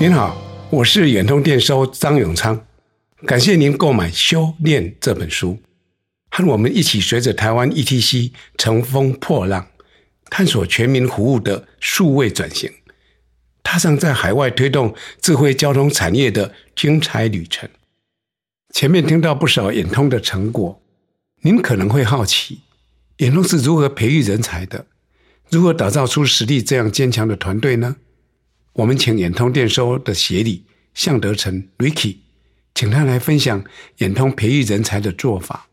您好，我是远通电收张永昌，感谢您购买《修炼》这本书，和我们一起随着台湾 ETC 乘风破浪，探索全民服务的数位转型，踏上在海外推动智慧交通产业的精彩旅程。前面听到不少远通的成果，您可能会好奇，远通是如何培育人才的？如何打造出实力这样坚强的团队呢？我们请远通电收的协理向德成 Ricky， 请他来分享远通培育人才的做法。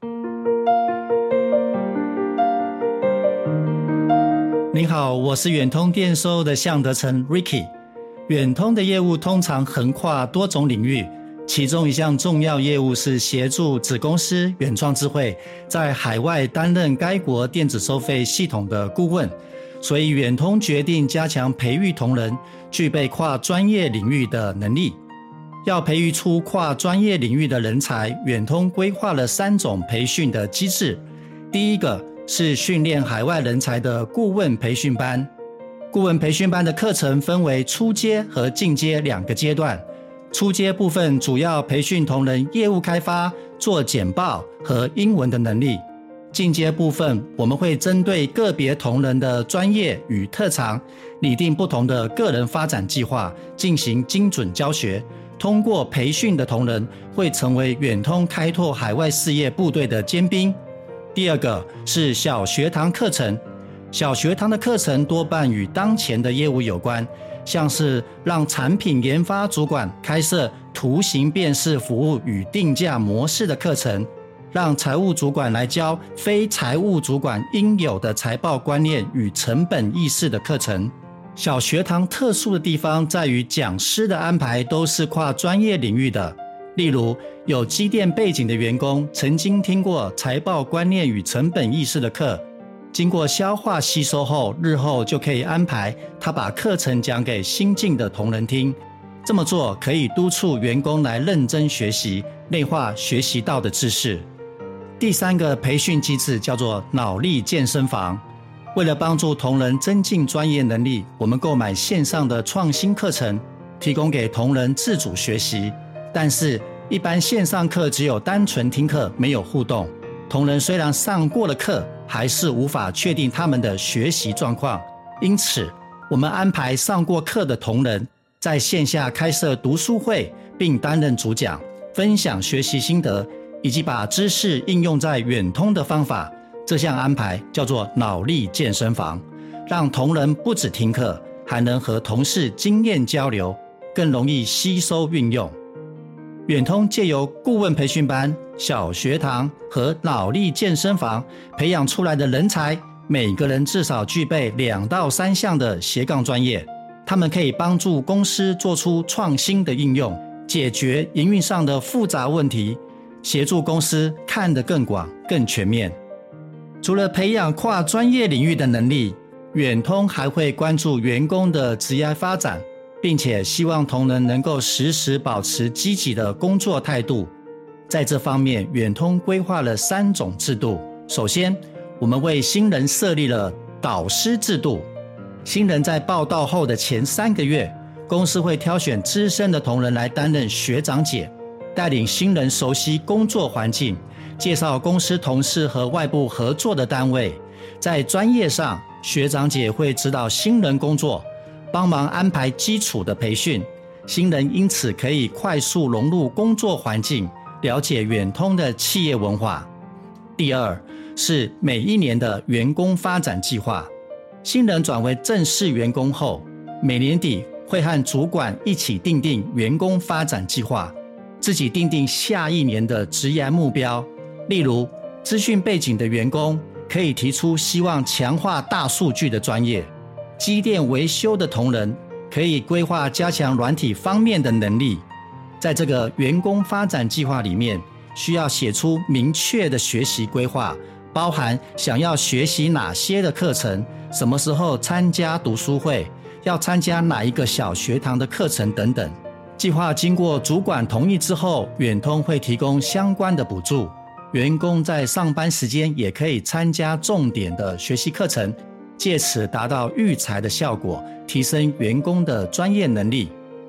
您好，我是远通电收的向德成 Ricky。 远通的业务通常横跨多种领域，其中一项重要业务是协助子公司远创智慧在海外担任该国电子收费系统的顾问，所以远通决定加强培育同仁具备跨专业领域的能力。要培育出跨专业领域的人才，远通规划了3种培训的机制。第一个是训练海外人才的顾问培训班。顾问培训班的课程分为初阶和进阶2个阶段。初阶部分主要培训同仁业务开发、做简报和英文的能力。进阶部分，我们会针对个别同仁的专业与特长，拟定不同的个人发展计划，进行精准教学。通过培训的同仁会成为远通开拓海外事业部队的尖兵。第二个是小学堂课程。小学堂的课程多半与当前的业务有关，像是让产品研发主管开设图形辨识服务与定价模式的课程，让财务主管来教非财务主管应有的财报观念与成本意识的课程。小学堂特殊的地方在于讲师的安排都是跨专业领域的，例如有机电背景的员工曾经听过财报观念与成本意识的课，经过消化吸收后，日后就可以安排他把课程讲给新进的同仁听。这么做可以督促员工来认真学习，内化学习到的知识。第3个培训机制叫做脑力健身房。为了帮助同仁增进专业能力，我们购买线上的创新课程，提供给同仁自主学习。但是一般线上课只有单纯听课，没有互动，同仁虽然上过了课，还是无法确定他们的学习状况。因此我们安排上过课的同仁在线下开设读书会，并担任主讲，分享学习心得，以及把知识应用在远通的方法。这项安排叫做脑力健身房，让同仁不只听课，还能和同事经验交流，更容易吸收运用。远通借由顾问培训班、小学堂和脑力健身房培养出来的人才，每个人至少具备2到3项的斜杠专业，他们可以帮助公司做出创新的应用，解决营运上的复杂问题，协助公司看得更广、更全面。除了培养跨专业领域的能力，远通还会关注员工的职业发展，并且希望同仁能够时时保持积极的工作态度。在这方面，远通规划了3种制度。首先，我们为新人设立了导师制度。新人在报到后的前3个月，公司会挑选资深的同仁来担任学长姐，带领新人熟悉工作环境，介绍公司同事和外部合作的单位。在专业上，学长姐会指导新人工作，帮忙安排基础的培训，新人因此可以快速融入工作环境，了解远通的企业文化。第2是每1年的员工发展计划。新人转为正式员工后，每年底会和主管一起订定员工发展计划，自己订定下1年的职业目标。例如，资讯背景的员工可以提出希望强化大数据的专业，机电维修的同仁可以规划加强软体方面的能力。在这个员工发展计划里面，需要写出明确的学习规划，包含想要学习哪些的课程，什么时候参加读书会，要参加哪一个小学堂的课程等等。计划经过主管同意之后，远通会提供相关的补助，员工在上班时间也可以参加重点的学习课程，借此达到育才的效果，提升员工的专业能力。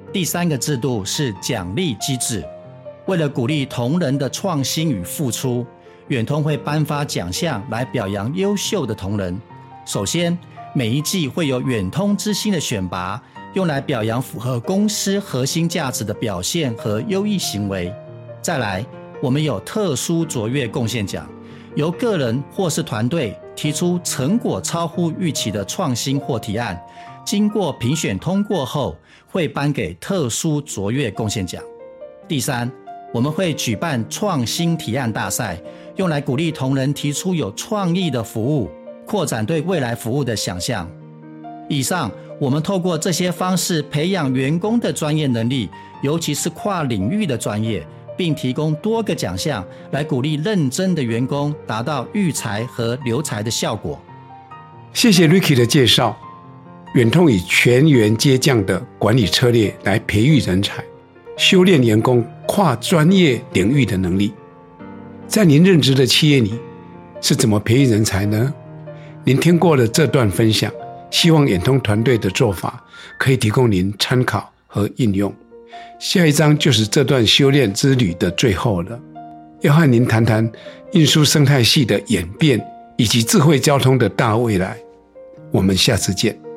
第3个制度是奖励机制。为了鼓励同仁的创新与付出，远通会颁发奖项来表扬优秀的同仁。首先，每一季会有远通之星的选拔，用来表扬符合公司核心价值的表现和优异行为。再来，我们有特殊卓越贡献奖，由个人或是团队提出成果超乎预期的创新或提案，经过评选通过后，会颁给特殊卓越贡献奖。第3，我们会举办创新提案大赛，用来鼓励同仁提出有创意的服务，扩展对未来服务的想象。以上，我们透过这些方式培养员工的专业能力，尤其是跨领域的专业，并提供多个奖项来鼓励认真的员工达到育才和留才的效果。 谢谢 Ricky 的介绍。远通以全员接将的管理策略来培育人才，修炼员工跨专业领域的能力。在您任职的企业里，是怎么培育人才呢？您听过了这段分享，希望远通团队的做法可以提供您参考和应用。下一章就是这段修炼之旅的最后了，要和您谈谈运输生态系的演变以及智慧交通的大未来。我们下次见。